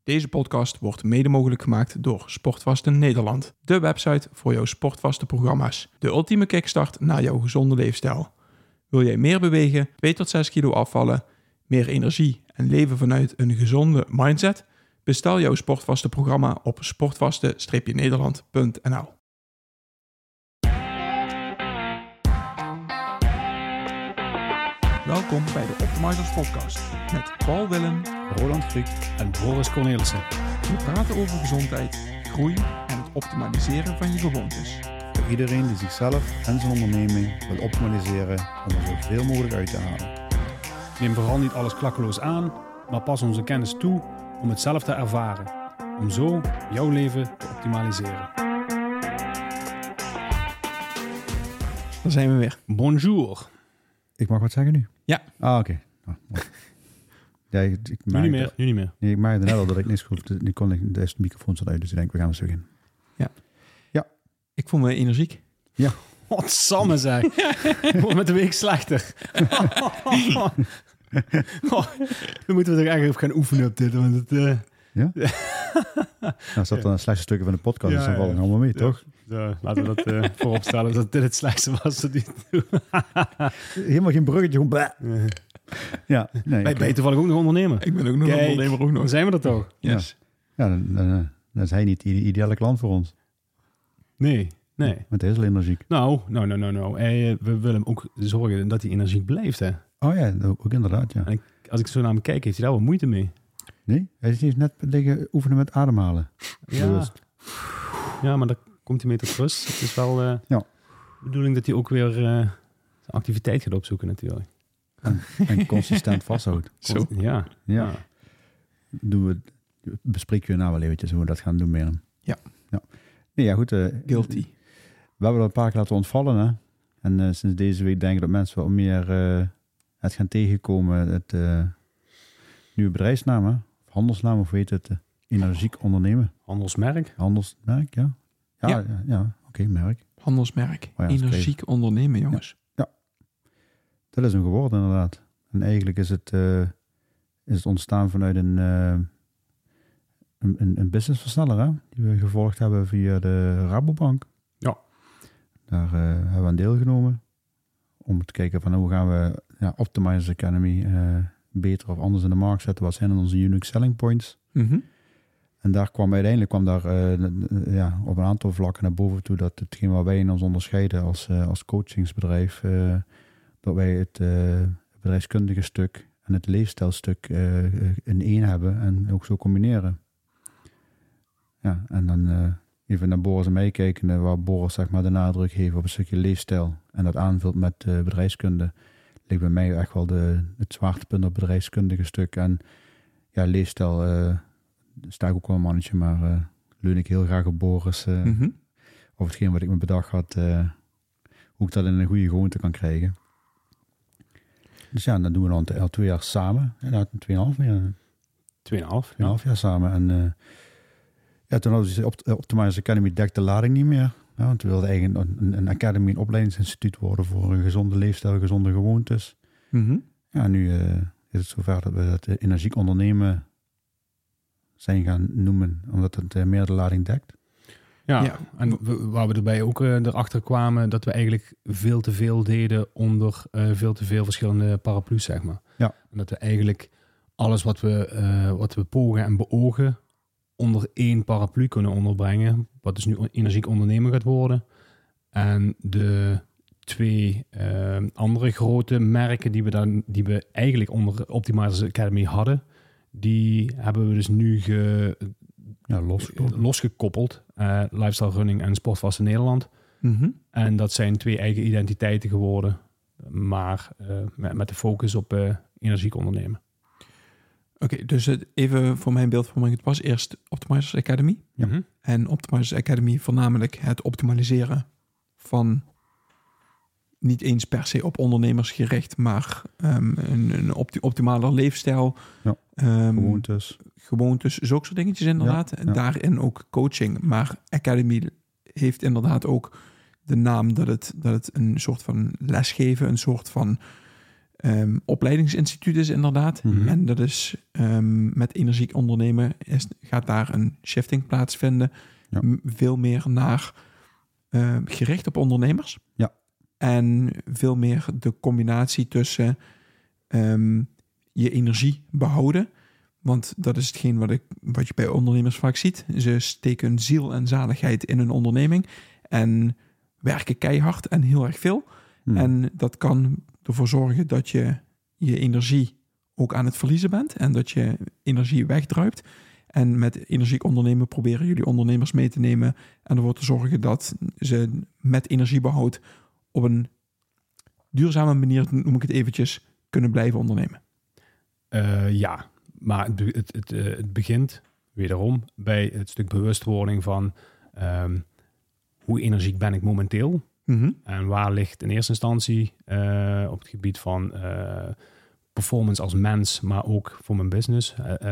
Deze podcast wordt mede mogelijk gemaakt door Sportvasten Nederland. De website voor jouw sportvaste programma's. De ultieme kickstart naar jouw gezonde leefstijl. Wil jij meer bewegen, 2 tot 6 kilo afvallen, meer energie en leven vanuit een gezonde mindset? Bestel jouw Sportvasten programma op sportvasten-nederland.nl. Welkom bij de Optimizers Podcast met Paul Willem, Roland Griek en Boris Cornelissen. We praten over gezondheid, groei en het optimaliseren van je gewoontes. Voor iedereen die zichzelf en zijn onderneming wil optimaliseren om er zoveel mogelijk uit te halen. Neem vooral niet alles klakkeloos aan, maar pas onze kennis toe om het zelf te ervaren. Om zo jouw leven te optimaliseren. Daar zijn we weer. Bonjour. Ik mag wat zeggen nu? Ja. Ah, oké. Ja, Nu niet meer. Nee, ik maakte net al dat ik niks goed... Nu kon ik de microfoon zat uit, dus ik denk, we gaan eens beginnen. Ik voel me energiek. Ja. Wat samen zeg. Ik word met de week slechter. Dan moeten we er eigenlijk op gaan oefenen op dit. Want het, Ja? Nou, zat dan een slechte stukken van de podcast, dus dan vallen we allemaal mee, toch? laten we dat voorop stellen dat dit het slechtste was. Helemaal geen bruggetje, gewoon bleh. Ja, nee. Ben je toevallig ook nog ondernemer? Ik ben ook nog een ondernemer. Ook nog. Dan zijn we dat toch? Yes. Ja, dan is hij niet de ideale klant voor ons. Nee. Met heel energiek. Nou. We willen hem ook zorgen dat hij energiek blijft, hè. Oh ja, ook inderdaad, ja. En als ik zo naar hem kijk, heeft hij daar wel moeite mee. Nee? Hij is net liggen oefenen met ademhalen. Ja, maar daar komt hij mee tot rust. Het is wel de bedoeling dat hij ook weer zijn activiteit gaat opzoeken natuurlijk. En consistent vasthoudt. Zo. Ja. Bespreken we nou wel eventjes hoe we dat gaan doen met hem. Ja. Nee, ja, goed. Guilty. We hebben dat een paar keer laten ontvallen, hè. En sinds deze week denk ik dat mensen wat meer het gaan tegenkomen. Het nieuwe bedrijfsnaam, hè. Of handelsnaam, of weet het. Energiek ondernemen. Handelsmerk, Ja. Oké, merk. Handelsmerk. Oh ja, Energiek ondernemen, jongens. Dat is hem geworden, inderdaad. En eigenlijk is het ontstaan vanuit een businessversneller, hè, die we gevolgd hebben via de Rabobank. Ja. Daar hebben we aan deelgenomen om te kijken van hoe gaan we Optimizers Academy beter of anders in de markt zetten. Wat zijn dan onze unique selling points? Mm-hmm. En daar kwam op een aantal vlakken naar boven toe dat hetgeen waar wij in ons onderscheiden als coachingsbedrijf, dat wij het bedrijfskundige stuk en het leefstijlstuk in één hebben en ook zo combineren. Ja, en dan even naar Boris en mij kijken, waar Boris zeg maar de nadruk heeft op een stukje leefstijl en dat aanvult met bedrijfskunde, ligt bij mij echt wel het zwaartepunt op het bedrijfskundige stuk. En ja, leefstijl sta ik ook wel een mannetje, maar leun ik heel graag op Boris over hetgeen wat ik me bedacht had, hoe ik dat in een goede gewoonte kan krijgen. Dus ja, dan doen we dan al 2 jaar samen. Ja, 2,5 jaar. 2,5 jaar samen. En toen hadden we Optimizers Academy dekte de lading niet meer. Ja, want we wilden eigenlijk een academy, een opleidingsinstituut worden voor een gezonde leefstijl, gezonde gewoontes. Mm-hmm. Ja, nu is het zover dat we dat energiek ondernemen zijn gaan noemen, omdat het meer de lading dekt. Ja. En waar we erbij ook erachter kwamen dat we eigenlijk veel te veel deden onder veel te veel verschillende paraplu's, zeg maar. Ja. En dat we eigenlijk alles wat we pogen en beogen onder 1 paraplu kunnen onderbrengen, wat dus nu energiek ondernemen gaat worden. En de 2 andere grote merken die we eigenlijk onder Optimizers Academy hadden, die hebben we dus nu losgekoppeld. Lifestyle Running en Sportvasten Nederland. Mm-hmm. En dat zijn 2 eigen identiteiten geworden, maar met de focus op energiek ondernemen. Oké, dus even voor mijn beeldvorming. Het was eerst Optimizers Academy. Ja. Mm-hmm. En Optimizers Academy voornamelijk het optimaliseren van niet eens per se op ondernemers gericht, maar een optimaler leefstijl. Ja, gewoontes, zulke soort dingetjes inderdaad. Ja. Daarin ook coaching. Maar Academy heeft inderdaad ook de naam dat het een soort van lesgeven, een soort van opleidingsinstituut is inderdaad. Mhm. En dat is met energiek ondernemen gaat daar een shifting plaatsvinden. Ja. Veel meer naar gericht op ondernemers. Ja. En veel meer de combinatie tussen je energie behouden. Want dat is hetgeen wat je bij ondernemers vaak ziet. Ze steken ziel en zaligheid in een onderneming. En werken keihard en heel erg veel. En dat kan ervoor zorgen dat je energie ook aan het verliezen bent. En dat je energie wegdruipt. En met energiek ondernemen proberen jullie ondernemers mee te nemen. En ervoor te zorgen dat ze met energiebehoud op een duurzame manier, noem ik het eventjes, kunnen blijven ondernemen. Ja, maar het begint wederom bij het stuk bewustwording van hoe energiek ben ik momenteel. En waar ligt in eerste instantie op het gebied van performance als mens, maar ook voor mijn business.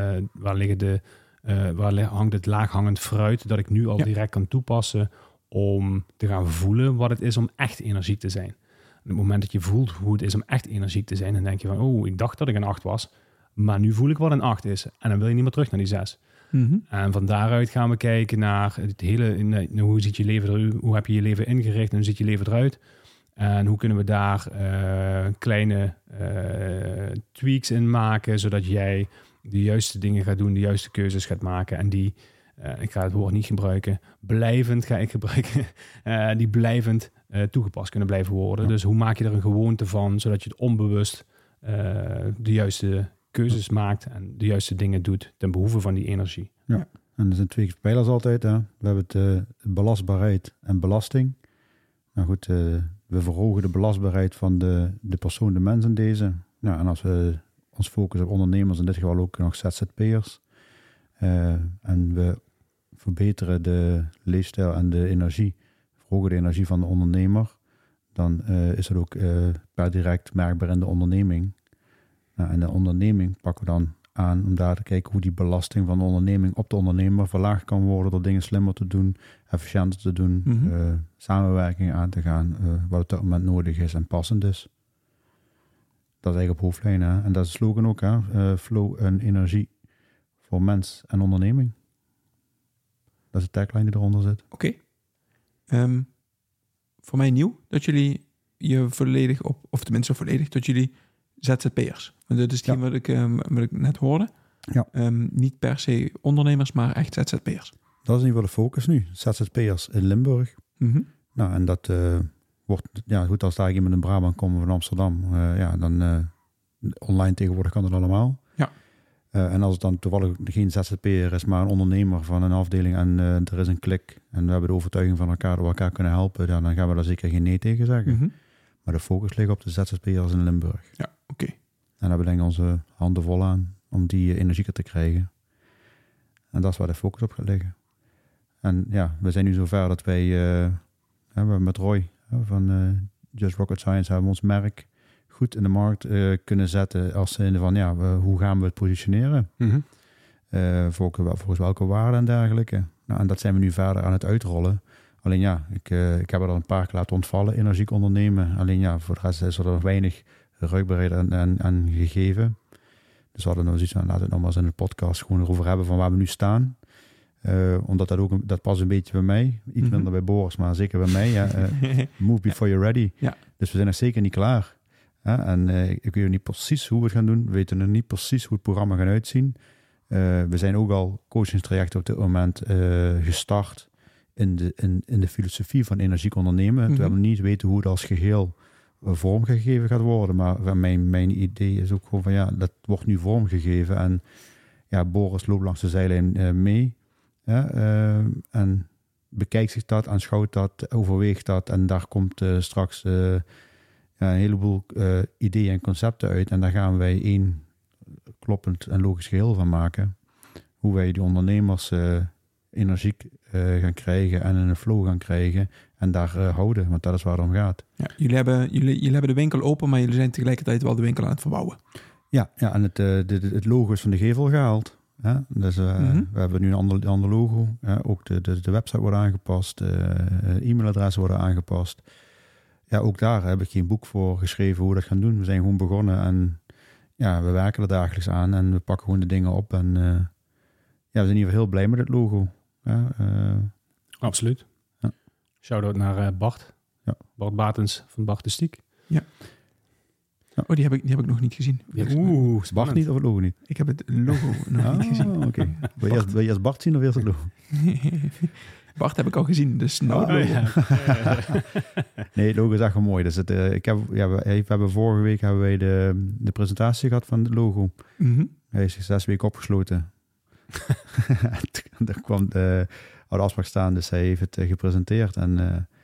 Waar hangt het laaghangend fruit dat ik nu al direct kan toepassen om te gaan voelen wat het is om echt energiek te zijn. En op het moment dat je voelt hoe het is om echt energiek te zijn, dan denk je van, oh, ik dacht dat ik een 8 was, maar nu voel ik wat een 8 is. En dan wil je niet meer terug naar die 6. En van daaruit gaan we kijken naar het hele, hoe ziet je leven eruit, hoe heb je je leven ingericht en hoe ziet je leven eruit. En hoe kunnen we daar kleine tweaks in maken, zodat jij de juiste dingen gaat doen, de juiste keuzes gaat maken. En die, ik ga het woord niet gebruiken, blijvend ga ik gebruiken, die blijvend toegepast kunnen blijven worden. Ja. Dus hoe maak je er een gewoonte van, zodat je het onbewust de juiste keuzes maakt en de juiste dingen doet ten behoeve van die energie. Ja, en er zijn 2 pijlers altijd. Hè. We hebben het belastbaarheid en belasting. Nou goed, we verhogen de belastbaarheid van de persoon, de mens in deze. Nou, en als we ons focussen op ondernemers, in dit geval ook nog ZZP'ers. En we verbeteren de leefstijl en de energie, verhogen de energie van de ondernemer, dan is dat ook per direct merkbaar in de onderneming. Nou, en de onderneming pakken we dan aan om daar te kijken hoe die belasting van de onderneming op de ondernemer verlaagd kan worden door dingen slimmer te doen, efficiënter te doen, samenwerking aan te gaan, wat op dat moment nodig is en passend is. Dat is eigenlijk op hoofdlijn. Hè? En dat is de slogan ook, hè? Flow en energie voor mens en onderneming. Dat is de tagline die eronder zit. Oké. Voor mij nieuw dat jullie je volledig of tenminste volledig, dat jullie ZZP'ers. Want dat is hetgeen wat ik net hoorde. Ja. Niet per se ondernemers, maar echt ZZP'ers. Dat is in ieder geval de focus nu. ZZP'ers in Limburg. Nou, en dat wordt, ja goed, als daar iemand in Brabant komt van Amsterdam, dan online tegenwoordig kan dat allemaal. Ja. En als het dan toevallig geen ZZP'er is, maar een ondernemer van een afdeling en er is een klik en we hebben de overtuiging van elkaar dat we elkaar kunnen helpen, dan gaan we daar zeker geen nee tegen zeggen. Maar de focus ligt op de ZZP'ers in Limburg. Ja, oké. En daar hebben we denk ik onze handen vol aan om die energieker te krijgen. En dat is waar de focus op gaat liggen. En ja, we zijn nu zover dat wij met Roy van Just Rocket Science hebben we ons merk goed in de markt kunnen zetten als in van hoe gaan we het positioneren? Volgens welke waarden en dergelijke. Nou, en dat zijn we nu verder aan het uitrollen. Alleen ik heb er al een paar keer laten ontvallen, energiek ondernemen. Alleen voor de rest is er nog weinig ruikbaarheid aan gegeven. Dus we hadden nou zoiets van, laten we het nog maar eens in de podcast gewoon erover hebben van waar we nu staan. Omdat dat past een beetje bij mij. Iets minder bij Boris, maar zeker bij mij. Move before you're ready. Ja. Dus we zijn nog zeker niet klaar. En ik weet niet precies hoe we het gaan doen. We weten nog niet precies hoe het programma gaat uitzien. We zijn ook al coachingstrajecten op dit moment gestart in de filosofie van energiek ondernemen. Terwijl we niet weten hoe het als geheel vormgegeven gaat worden. Maar mijn idee is ook gewoon van dat wordt nu vormgegeven. En Boris loopt langs de zijlijn mee. En bekijkt zich dat, aanschouwt dat, overweegt dat. En daar komt straks een heleboel ideeën en concepten uit. En daar gaan wij één kloppend en logisch geheel van maken. Hoe wij die ondernemers energiek gaan krijgen en in een flow gaan krijgen en daar houden, want dat is waar het om gaat. Ja, jullie hebben de winkel open, maar jullie zijn tegelijkertijd wel de winkel aan het verbouwen. Ja en het logo is van de gevel gehaald. Hè? Dus we hebben nu een ander logo. Ook de website wordt aangepast, e-mailadressen worden aangepast. ook daar heb ik geen boek voor geschreven hoe we dat gaan doen. We zijn gewoon begonnen en ja, we werken er dagelijks aan en we pakken gewoon de dingen op. En we zijn in ieder geval heel blij met het logo. Ja, Absoluut. Ja. Shout-out naar Bart. Ja. Bart Batens van Bartistiek. Ja. Oh, die heb ik nog niet gezien. Oeh, Bart niet of het logo niet? Ik heb het logo nog niet gezien. Oké. Wil je eerst Bart zien of eerst het logo? Bart heb ik al gezien, dus nou. Nee, het logo is echt wel mooi. Dus we hebben vorige week de presentatie gehad van het logo. Mm-hmm. Hij is 6 weken opgesloten. Daar kwam de oude afspraak staan, dus hij heeft het gepresenteerd. En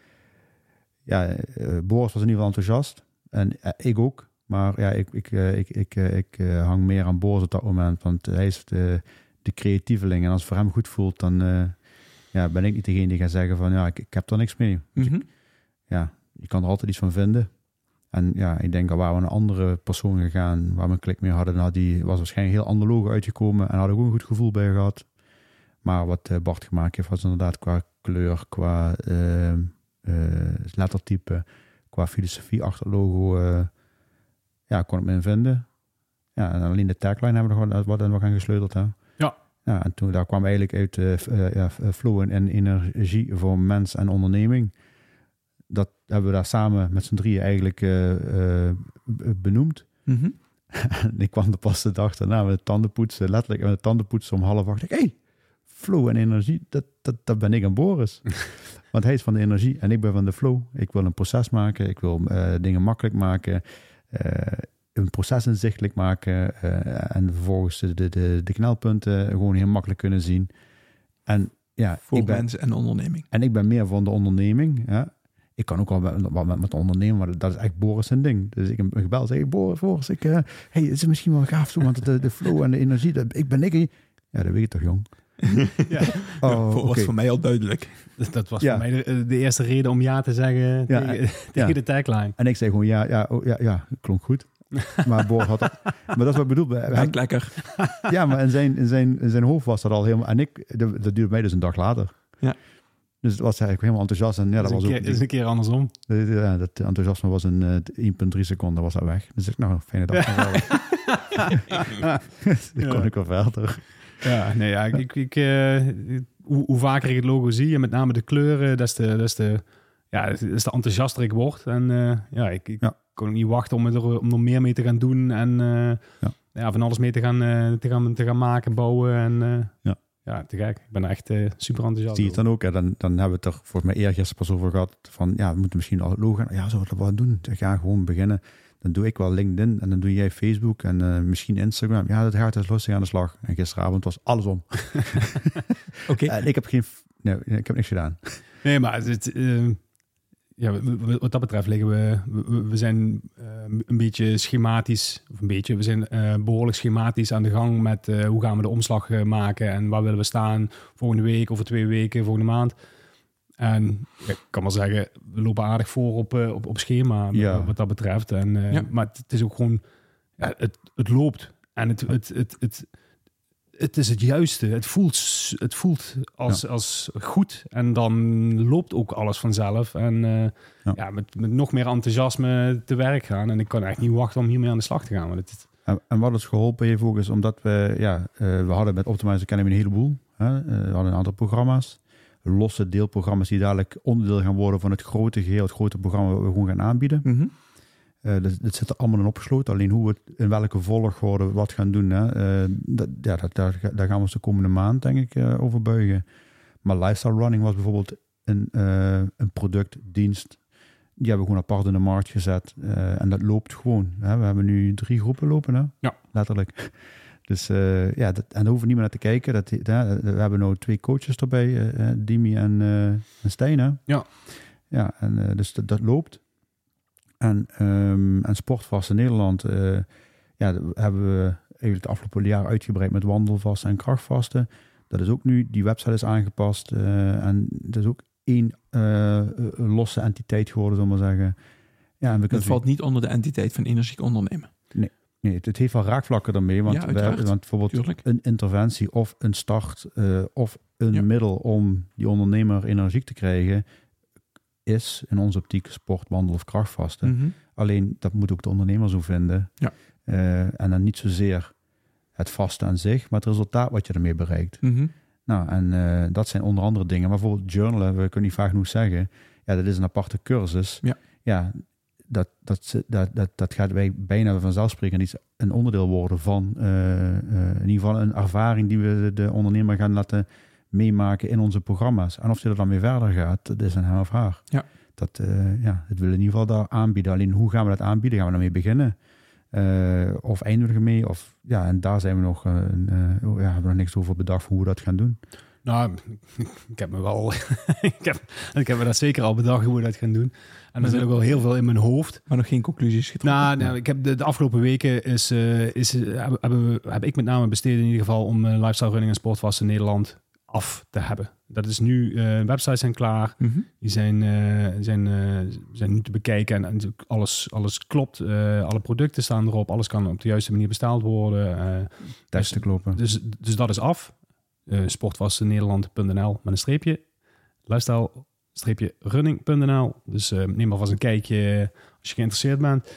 Boris was in ieder geval enthousiast. En ik ook. Maar ja, ik hang meer aan Boris op dat moment. Want hij is de creatieveling. En als het voor hem goed voelt, dan ben ik niet degene die gaat zeggen van ik heb er niks mee. Mm-hmm. Je kan er altijd iets van vinden. En ja, ik denk dat waar we een andere persoon gegaan, waar we een klik mee hadden, dan was waarschijnlijk een heel ander logo uitgekomen en hadden we ook een goed gevoel bij gehad. Maar wat Bart gemaakt heeft, was inderdaad qua kleur, qua lettertype, qua filosofie achter het logo, kon ik me in vinden. Ja, en alleen de tagline hebben we nog wat aan gesleuteld. Hè? Ja, en toen daar kwam eigenlijk uit flow en energie voor mens en onderneming. Dat hebben we daar samen met z'n drieën eigenlijk benoemd. Mm-hmm. En ik kwam de pas de dag daarna met het tandenpoetsen, letterlijk met het tandenpoetsen om 7:30. Hey, flow en energie, dat ben ik en Boris. Want hij is van de energie en ik ben van de flow. Ik wil een proces maken, ik wil dingen makkelijk maken, een proces inzichtelijk maken en vervolgens de knelpunten gewoon heel makkelijk kunnen zien. En ja, voor mensen en onderneming. En ik ben meer van de onderneming, ja. Ik kan ook wel met ondernemen, maar dat is echt Boris zijn ding. Dus ik heb gebeld en zei, Boris, het is misschien wel gaaf zo, want de flow en de energie, ik ben ik. Ja, dat weet je toch, jong? Ja, was voor mij al duidelijk. Dat was voor mij de eerste reden om ja te zeggen tegen de tagline. En ik zei gewoon ja, klonk goed. Maar Boris had dat. Maar dat is wat ik bedoel. Lekker. Ja, maar in zijn hoofd was dat al helemaal. En dat duurde mij dus een dag later. Ja. Dus het was eigenlijk helemaal enthousiast. En ja, dat was ook. Is een keer andersom. Ja, dat enthousiasme was in 1,3 seconden was dat weg. Dus ik fijne dag. Dan kon ik wel verder. Ja, nee, hoe vaker ik het logo zie, en met name de kleuren, des te enthousiaster ik word. En ik kon ook niet wachten om er meer mee te gaan doen en van alles mee te gaan maken, bouwen. En te gek. Ik ben er echt super enthousiast. Zie je het dan ook? Hè? Dan hebben we het er volgens mij eergisteren pas over gehad van we moeten misschien al het logo gaan. Ja, zullen we dat wel doen? Ik ga gewoon beginnen. Dan doe ik wel LinkedIn en dan doe jij Facebook en misschien Instagram. Ja, dat gaat dus lustig aan de slag. En gisteravond was alles om. Oké. En ik heb niks gedaan. Nee, maar wat dat betreft liggen we zijn een beetje schematisch, we zijn behoorlijk schematisch aan de gang met hoe gaan we de omslag maken en waar willen we staan volgende week, over 2 weken, volgende maand. En ik kan wel zeggen, we lopen aardig voor op schema wat dat betreft. Maar het is ook gewoon, het loopt en het is het juiste. Het voelt als goed en dan loopt ook alles vanzelf. En met nog meer enthousiasme te werk gaan. En ik kan echt niet wachten om hiermee aan de slag te gaan. Want en wat ons geholpen heeft ook is omdat we hadden met Optimize Academy een heleboel. We hadden een aantal programma's. Losse deelprogramma's die dadelijk onderdeel gaan worden van het grote geheel, het grote programma wat we gewoon gaan aanbieden. Mm-hmm. Dat zit er allemaal in opgesloten. Alleen hoe we in welke volgorde wat gaan doen, daar gaan we ons de komende maand denk ik over buigen. Maar Lifestyle Running was bijvoorbeeld een product, dienst. Die hebben we gewoon apart in de markt gezet. En dat loopt gewoon. Hè. We hebben nu 3 groepen lopen, hè? Ja. Letterlijk. Dus en daar hoeven we niet meer naar te kijken. We hebben nu 2 coaches erbij, Dimi en Stijn. Hè? Ja. Ja, en dus dat loopt. En Sportvast in Nederland hebben we eigenlijk de afgelopen jaar uitgebreid met wandelvasten en krachtvasten. Dat is ook nu, die website is aangepast. En dat is ook 1 losse entiteit geworden, zullen we maar zeggen. Ja, en dat valt niet onder de entiteit van energiek ondernemen. Nee, het heeft wel raakvlakken daarmee. Want, want bijvoorbeeld tuurlijk. Een interventie of een start of een middel om die ondernemer energiek te krijgen, is in onze optiek sport, wandelen of krachtvasten. Mhm. Alleen dat moet ook de ondernemer zo vinden. Ja. En dan niet zozeer het vasten aan zich, maar het resultaat wat je ermee bereikt. Mhm. Nou, en dat zijn onder andere dingen. Maar bijvoorbeeld journalen, we kunnen niet vaak genoeg zeggen. Ja, dat is een aparte cursus. Ja, dat gaat wij bijna vanzelfsprekend iets een onderdeel worden van in ieder geval een ervaring die we de ondernemer gaan laten meemaken in onze programma's. En of hij er dan mee verder gaat, dat is aan hem of haar. Ja. Dat willen we in ieder geval daar aanbieden. Alleen hoe gaan we dat aanbieden? Gaan we daarmee beginnen? Of eindigen we mee? Of, ja, en daar zijn we nog, hebben we nog niks over bedacht hoe we dat gaan doen. Nou, ik heb me wel... ik heb me dat zeker al bedacht hoe we dat gaan doen. En er zit ook wel heel veel in mijn hoofd. Maar nog geen conclusies getrokken? Nou, ik heb de afgelopen weken heb ik met name besteed in ieder geval om lifestyle running en sportvasten in Nederland af te hebben. Dat is nu, websites zijn klaar. Mhm. Die zijn nu te bekijken en alles klopt. Alle producten staan erop. Alles kan op de juiste manier besteld worden. Testen kloppen. Dus dat is af. Sportvastennederland.nl met een streepje. Lifestyle-running.nl. Dus neem maar vast een kijkje als je geïnteresseerd bent.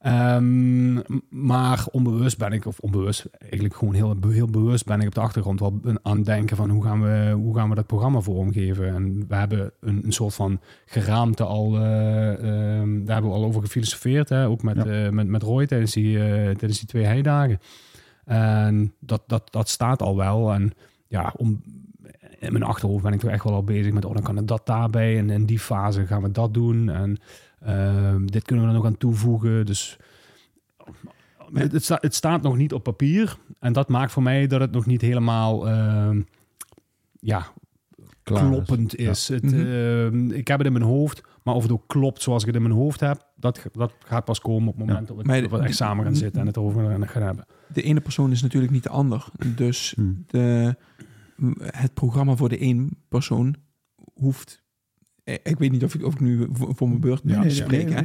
Maar onbewust ben ik, of onbewust, eigenlijk gewoon heel bewust ben ik op de achtergrond wel aan het denken van hoe gaan we dat programma vormgeven. En we hebben een soort van geraamte al, daar hebben we al over gefilosofeerd, hè? Ook met Roy tijdens die 2 heidagen. En dat staat al wel. En ja, in mijn achterhoofd ben ik toch echt wel al bezig met, dan kan het dat daarbij. En in die fase gaan we dat doen. En dit kunnen we er nog aan toevoegen. Dus het staat nog niet op papier. En dat maakt voor mij dat het nog niet helemaal kloppend is. Ja. Ik heb het in mijn hoofd, maar of het ook klopt zoals ik het in mijn hoofd heb, dat gaat pas komen op het moment dat we echt samen gaan zitten en het erover gaan hebben. De ene persoon is natuurlijk niet de ander. Dus het programma voor de één persoon hoeft... Ik weet niet of ik nu voor mijn beurt moet spreken.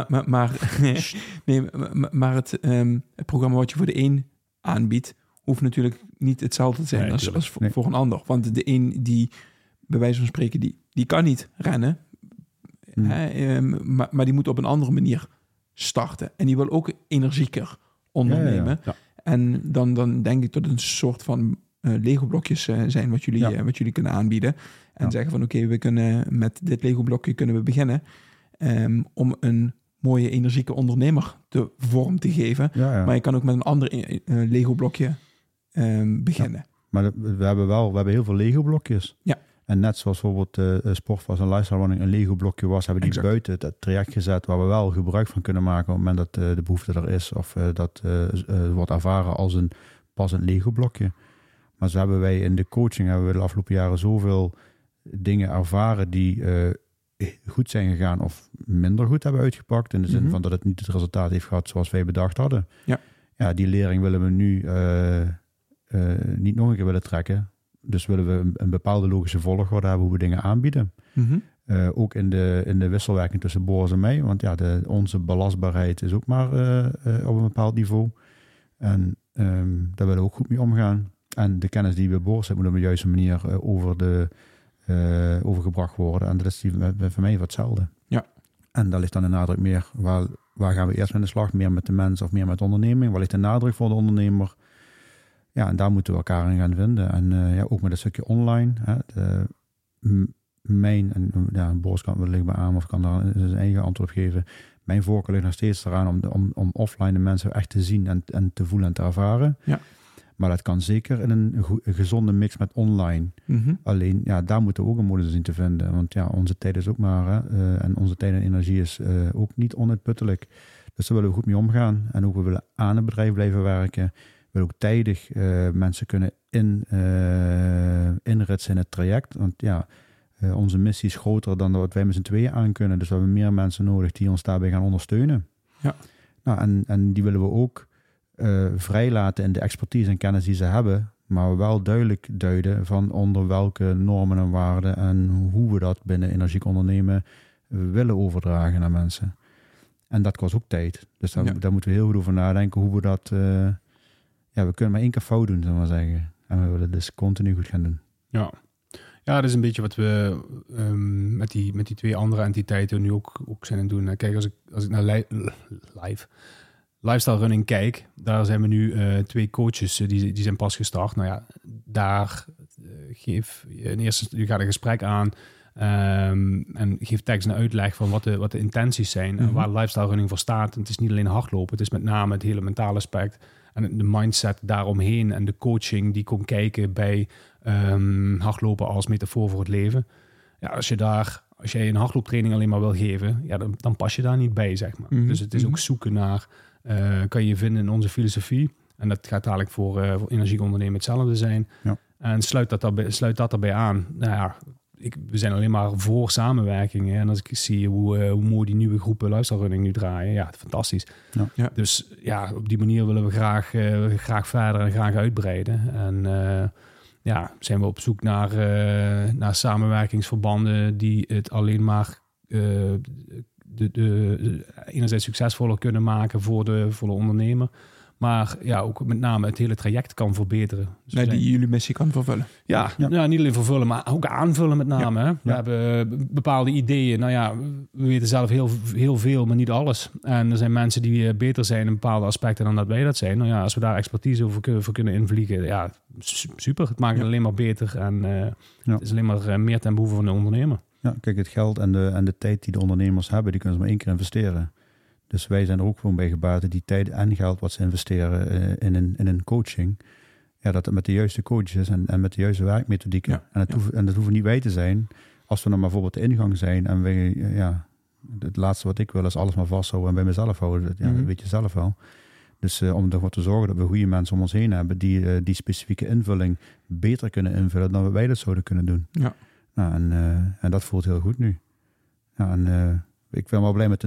Maar het programma wat je voor de een aanbiedt, hoeft natuurlijk niet hetzelfde te zijn als voor een ander. Want de een die, bij wijze van spreken, die kan niet rennen. Maar die moet op een andere manier starten. En die wil ook energieker ondernemen. Ja. En dan denk ik dat het een soort van Lego-blokjes zijn wat jullie kunnen aanbieden. En zeggen van oké, we kunnen met dit Lego-blokje kunnen we beginnen om een mooie energieke ondernemer de vorm te geven. Ja. Maar je kan ook met een ander Lego-blokje beginnen. Ja. Maar we hebben heel veel Lego-blokjes. Ja. En net zoals bijvoorbeeld Sportvast en Lifestyle Running een Lego-blokje was, hebben die buiten het traject gezet waar we wel gebruik van kunnen maken op het moment dat de behoefte er is of dat wordt ervaren als een passend Lego-blokje. Maar zo hebben wij in de coaching de afgelopen jaren zoveel dingen ervaren die goed zijn gegaan of minder goed hebben uitgepakt. In de zin van dat het niet het resultaat heeft gehad zoals wij bedacht hadden. Ja, die lering willen we nu niet nog een keer willen trekken. Dus willen we een bepaalde logische volgorde hebben hoe we dingen aanbieden. Ook in de wisselwerking tussen Boris en mij. Want ja, onze belastbaarheid is ook maar op een bepaald niveau. En daar willen we ook goed mee omgaan. En de kennis die we Boris hebben, moet op de juiste manier overgebracht worden. En dat is voor mij wat hetzelfde. Ja. En daar ligt dan de nadruk meer. Waar gaan we eerst mee aan de slag? Meer met de mens of meer met de onderneming? Waar ligt de nadruk voor de ondernemer? Ja, en daar moeten we elkaar in gaan vinden. En ook met een stukje online. Boris kan het liggen bij aan of kan daar zijn eigen antwoord op geven. Mijn voorkeur ligt nog steeds eraan om offline de mensen echt te zien en te voelen en te ervaren. Ja. Maar dat kan zeker in een gezonde mix met online. Alleen, ja, daar moeten we ook een modus in te vinden. Want ja, onze tijd is ook maar... en onze tijd en energie is ook niet onuitputtelijk. Dus daar willen we goed mee omgaan. En ook we willen aan het bedrijf blijven werken. We willen ook tijdig mensen kunnen inritsen in het traject. Want ja, onze missie is groter dan wat wij met z'n tweeën aan kunnen. Dus we hebben meer mensen nodig die ons daarbij gaan ondersteunen. Ja. Nou, en die willen we ook vrijlaten in de expertise en kennis die ze hebben, maar wel duidelijk duiden van onder welke normen en waarden en hoe we dat binnen energiek ondernemen willen overdragen naar mensen. En dat kost ook tijd. Dus daar moeten we heel goed over nadenken hoe we dat... we kunnen maar 1 keer fout doen, zullen we maar zeggen. En we willen dus continu goed gaan doen. Ja, Ja, dat is een beetje wat we met die 2 andere entiteiten nu ook zijn aan het doen. Kijk, als ik naar lifestyle running kijk, daar zijn we nu 2 coaches die zijn pas gestart. Nou ja, daar je gaat een gesprek aan en geeft tekst en uitleg van wat de intenties zijn en waar lifestyle running voor staat. En het is niet alleen hardlopen, het is met name het hele mentale aspect en de mindset daaromheen en de coaching die komt kijken bij hardlopen als metafoor voor het leven. Ja, als jij een hardlooptraining alleen maar wil geven, ja, dan pas je daar niet bij, zeg maar. Dus het is ook zoeken naar, kan je vinden in onze filosofie. En dat gaat dadelijk voor energiek ondernemen hetzelfde zijn. Ja. En sluit dat daarbij aan. Nou ja, we zijn alleen maar voor samenwerking. En als ik zie hoe mooi die nieuwe groepen lifestyle running nu draaien, ja, fantastisch. Ja. Ja. Dus ja, op die manier willen we graag verder en graag uitbreiden. En zijn we op zoek naar samenwerkingsverbanden die het alleen maar enerzijds succesvoller kunnen maken voor de ondernemer. Maar ja, ook met name het hele traject kan verbeteren. Dus die jullie missie kan vervullen. Ja, niet alleen vervullen, maar ook aanvullen met name. Ja. Hè? We hebben bepaalde ideeën. Nou ja, we weten zelf heel veel, maar niet alles. En er zijn mensen die beter zijn in bepaalde aspecten dan dat wij dat zijn. Nou ja, als we daar expertise over kunnen invliegen, ja, super. Het maakt het alleen maar beter. En het is alleen maar meer ten behoeve van de ondernemer. Ja, kijk, het geld en de tijd die de ondernemers hebben, die kunnen ze maar 1 keer investeren. Dus wij zijn er ook gewoon bij gebaat, die tijd en geld wat ze investeren in een coaching. Ja, dat het met de juiste coaches en met de juiste werkmethodieken. Ja, en dat hoeven niet wij te zijn. Als we dan maar bijvoorbeeld de ingang zijn en wij, het laatste wat ik wil is alles maar vasthouden en bij mezelf houden. Dat weet je zelf wel. Dus om ervoor te zorgen dat we goede mensen om ons heen hebben die specifieke invulling beter kunnen invullen dan wij dat zouden kunnen doen. Ja. Nou, en dat voelt heel goed nu. Ja, en ik ben wel blij met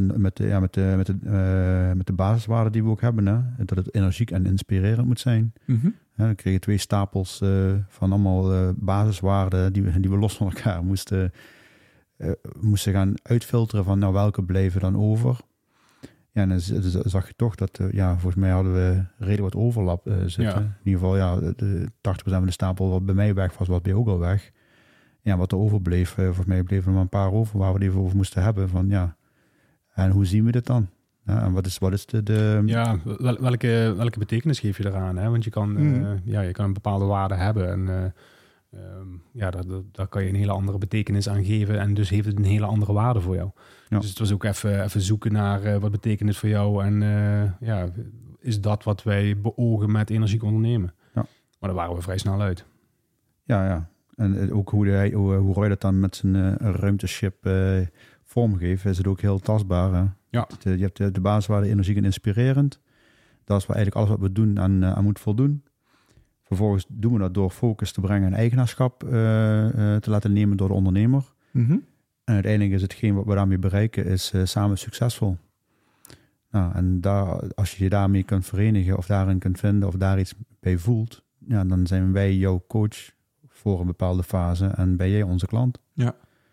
de basiswaarden die we ook hebben. Hè? Dat het energiek en inspirerend moet zijn. Mm-hmm. Dan kreeg je 2 stapels van allemaal basiswaarden die we los van elkaar moesten gaan uitfilteren van welke bleven dan over. Ja, en dan zag je toch dat volgens mij hadden we redelijk wat overlap zitten. Ja. In ieder geval, de 80% van de stapel wat bij mij weg was, was bij ook al weg. Ja, wat er overbleef, volgens mij bleven er maar een paar over waar we het even over moesten hebben. Van en hoe zien we dit dan? Ja, en wat is de... Ja, welke betekenis geef je eraan? Hè? Want je kan een bepaalde waarde hebben en daar kan je een hele andere betekenis aan geven en dus heeft het een hele andere waarde voor jou. Ja. Dus het was ook even zoeken naar wat betekent het voor jou en is dat wat wij beogen met energiek ondernemen? Ja. Maar daar waren we vrij snel uit. Ja. En ook hoe Roy dat dan met zijn ruimteschip vormgeeft, is het ook heel tastbaar. Ja. Je hebt de basiswaarde energiek en inspirerend. Dat is eigenlijk alles wat we doen aan moet voldoen. Vervolgens doen we dat door focus te brengen en eigenaarschap te laten nemen door de ondernemer. Mm-hmm. En uiteindelijk is hetgeen wat we daarmee bereiken, is samen succesvol. Nou, en als je je daarmee kunt verenigen of daarin kunt vinden of daar iets bij voelt, dan zijn wij jouw coach voor een bepaalde fase en ben jij onze klant. Ja.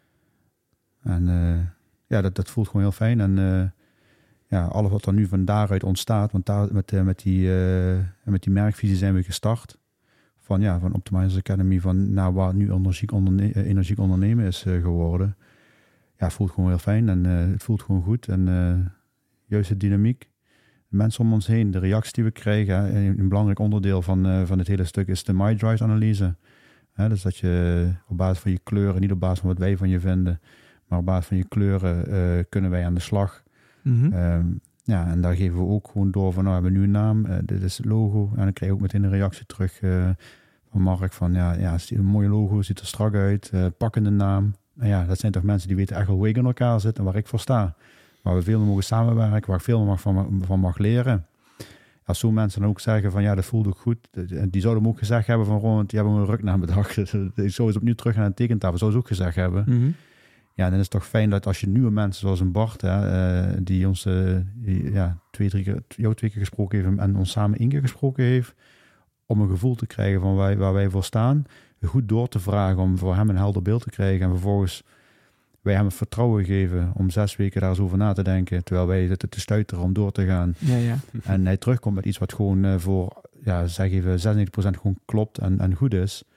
En dat voelt gewoon heel fijn. En alles wat er nu van daaruit ontstaat, want met die merkvisie zijn we gestart. Van Optimizers Academy, naar waar nu energiek ondernemen is geworden. Ja, het voelt gewoon heel fijn en het voelt gewoon goed. En juist de dynamiek. De mensen om ons heen, de reacties die we krijgen. Een belangrijk onderdeel van het hele stuk is de My Drive-analyse. Dus dat je op basis van je kleuren, niet op basis van wat wij van je vinden, maar op basis van je kleuren kunnen wij aan de slag. Mm-hmm. En daar geven we ook gewoon door van, we hebben nu een naam, dit is het logo. En dan krijg je ook meteen een reactie terug van Mark van, het is een mooie logo, ziet er strak uit, pakkende naam. Dat zijn toch mensen die weten echt wel hoe ik in elkaar zit en waar ik voor sta. Waar we veel meer mogen samenwerken, waar ik veel meer van mag leren. Als zo'n mensen dan ook zeggen van dat voelt ook goed. Die zouden hem ook gezegd hebben van want die hebben een ruknaam bedacht. Ik zou eens opnieuw terug aan de tekentafel. Zou ze ook gezegd hebben. Mm-hmm. Ja, dan is het toch fijn dat als je nieuwe mensen zoals een Bart, die ons 2 keer gesproken heeft en ons samen 1 keer gesproken heeft, om een gevoel te krijgen van waar wij voor staan, goed door te vragen om voor hem een helder beeld te krijgen en vervolgens wij hem het vertrouwen geven om 6 weken daar eens over na te denken, terwijl wij zitten te stuiteren om door te gaan. Ja. En hij terugkomt met iets wat gewoon voor, zeg even 96% gewoon klopt en goed is.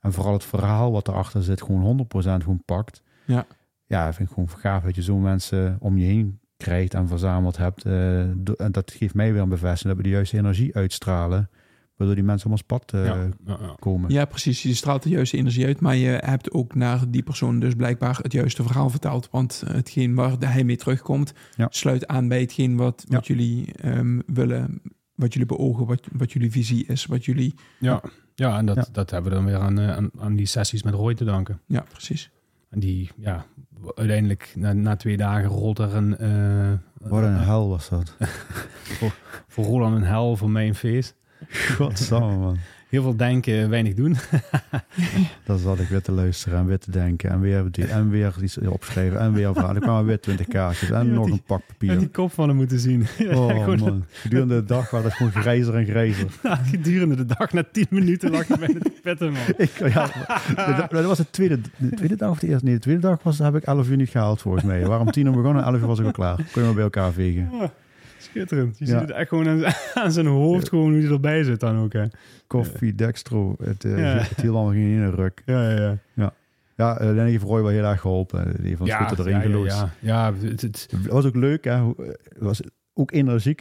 En vooral het verhaal wat erachter zit, gewoon 100% gewoon pakt. Ja. Ja, vind ik gewoon gaaf dat je zo mensen om je heen krijgt en verzameld hebt. En dat geeft mij weer een bevestiging dat we de juiste energie uitstralen, waardoor die mensen op ons pad komen. Ja, precies. Je straalt de juiste energie uit, maar je hebt ook naar die persoon dus blijkbaar het juiste verhaal verteld. Want hetgeen waar hij mee terugkomt, sluit aan bij hetgeen wat jullie willen, wat jullie beogen, wat jullie visie is, wat jullie... Ja, en dat hebben we dan weer aan die sessies met Roy te danken. Ja, precies. En die, uiteindelijk na 2 dagen rolt er een... Wat een hel was dat. voor Roland een hel, voor mij een feest. Godsamme, man. Heel veel denken, weinig doen. Dan zat ik weer te luisteren en weer te denken en weer iets opschrijven en weer verhalen. Er kwamen weer 20 kaartjes en nog een pak papier. En die kop van hem moeten zien. Oh man, gedurende de dag was het gewoon grijzer en grijzer. Gedurende de dag, na 10 minuten lag je bijna te petten, man. Dat was de tweede dag of de eerste? Nee, de tweede dag heb ik 11 uur niet gehaald volgens mij. Waarom 10 uur begonnen, 11 uur was ik al klaar. Kunnen we bij elkaar vegen. Schitterend. Je ziet het echt gewoon aan zijn hoofd, gewoon hoe hij erbij zit dan ook. Hè. Koffie, dextro, het hield allemaal geen ene ruk. Ja, Lenny heeft Roy wel heel erg geholpen. Die heeft ons goed erin geloosd. Het was ook leuk, hè. Het was ook energiek.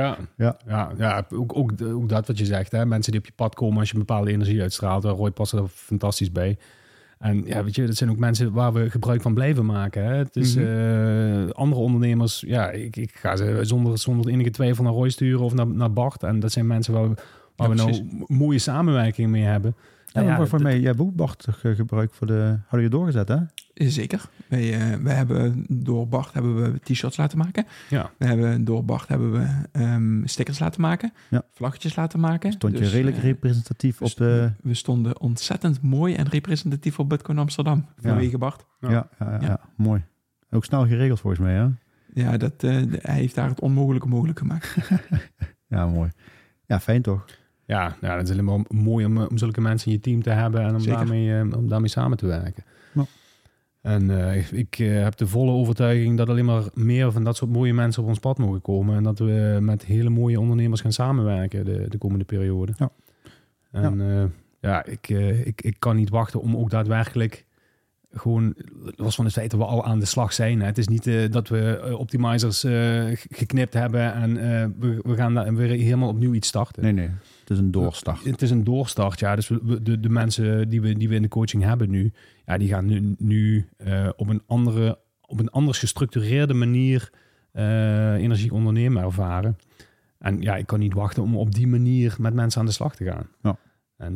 Ook dat wat je zegt, hè. Mensen die op je pad komen als je een bepaalde energie uitstraalt. Roy past er fantastisch bij. En ja, weet je, dat zijn ook mensen waar we gebruik van blijven maken. Hè. Het is andere ondernemers. Ja, ik ga ze zonder enige twijfel naar Roy sturen of naar Bart. En dat zijn mensen waar we nou mooie samenwerking mee hebben. Ja, voor mij, jij hebt ook Bart gebruikt voor de... Hadden je doorgezet, hè? Zeker. Wij hebben door Bart t-shirts laten maken. Ja. Door Bart hebben we stickers laten maken. Ja. Vlaggetjes laten maken. Stond je redelijk representatief op de... We stonden ontzettend mooi en representatief op Bitcoin Amsterdam. Vanwege Bart. Ja, mooi. Ook snel geregeld volgens mij, hè? Ja, hij heeft daar het onmogelijke mogelijk gemaakt. Ja, mooi. Ja, fijn toch? Ja, dat is helemaal mooi om zulke mensen in je team te hebben en om daarmee samen te werken. Ja. En ik heb de volle overtuiging dat alleen maar meer van dat soort mooie mensen op ons pad mogen komen. En dat we met hele mooie ondernemers gaan samenwerken de komende periode. Ja. En ik kan niet wachten om ook daadwerkelijk gewoon, los van het feit dat we al aan de slag zijn. Hè. Het is niet dat we optimizers geknipt hebben en we gaan daar weer helemaal opnieuw iets starten. Nee. Het is een doorstart. Het is een doorstart, ja. Dus de mensen die we in de coaching hebben nu, ja, die gaan nu op een anders gestructureerde manier energiek ondernemen ervaren. En ja, ik kan niet wachten om op die manier met mensen aan de slag te gaan. Ja. En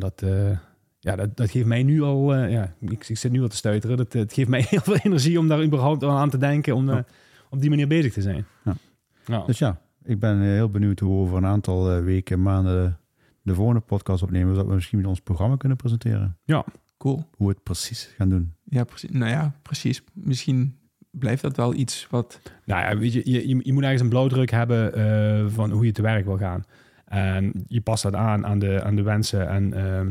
dat geeft mij nu al... ik zit nu al te stuiteren. Het geeft mij heel veel energie om daar überhaupt aan te denken, om op die manier bezig te zijn. Ja. Dus ja, ik ben heel benieuwd hoe we over een aantal weken, maanden de volgende podcast opnemen, zodat we misschien ons programma kunnen presenteren. Ja, cool. Hoe we het precies gaan doen. Ja, precies. Nou ja, precies. Misschien blijft dat wel iets wat... Nou ja, weet je moet eigenlijk een blauwdruk hebben van hoe je te werk wil gaan. En je past dat aan de wensen en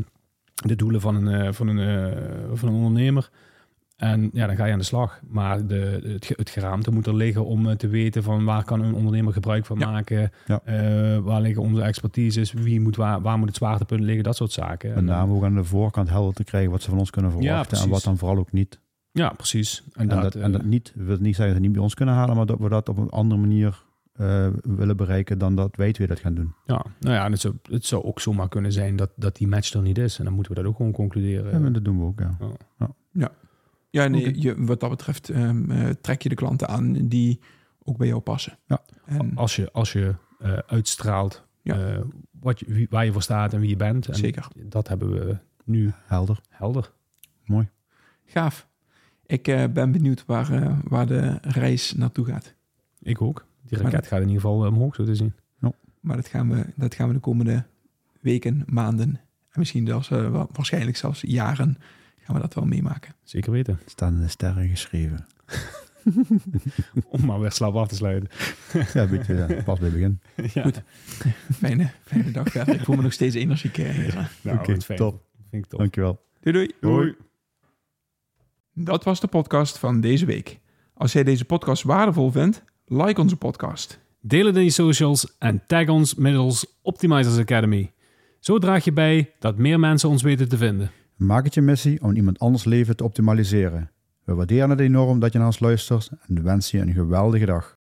de doelen van een ondernemer. En ja, dan ga je aan de slag. Maar het geraamte moet er liggen om te weten van waar kan een ondernemer gebruik van maken. Ja. Waar liggen onze expertises? Waar moet het zwaartepunt liggen? Dat soort zaken. Met name ook aan de voorkant helder te krijgen wat ze van ons kunnen verwachten. En wat dan vooral ook niet. Ja, precies. En dat niet, wil niet zeggen dat ze niet bij ons kunnen halen, maar dat we dat op een andere manier willen bereiken dan dat wij twee dat gaan doen. Ja, nou ja, het zou ook zomaar kunnen zijn dat die match er niet is. En dan moeten we dat ook gewoon concluderen. Ja, maar dat doen we ook, ja. Ja, nee, okay. Wat dat betreft trek je de klanten aan die ook bij jou passen. Ja. En als je uitstraalt waar je voor staat en wie je bent. En zeker. Dat hebben we nu helder. Mooi. Gaaf. Ik ben benieuwd waar de reis naartoe gaat. Ik ook. Die raket gaat in ieder geval omhoog, zo te zien. Ja. Maar dat gaan we de komende weken, maanden en misschien zelfs waarschijnlijk zelfs jaren gaan we dat wel meemaken. Zeker weten. Het staat in de sterren geschreven. Om maar weer slap af te sluiten. Ja, een beetje pas bij het begin. Ja. Goed. Fijne dag verder. Ik voel me nog steeds energiek. Nou, Oké, top. Vind ik top. Dankjewel. Doei. Dat was de podcast van deze week. Als jij deze podcast waardevol vindt, like onze podcast. Deel het in je socials en tag ons middels Optimizers Academy. Zo draag je bij dat meer mensen ons weten te vinden. Maak het je missie om iemand anders leven te optimaliseren. We waarderen het enorm dat je naar ons luistert en wensen je een geweldige dag.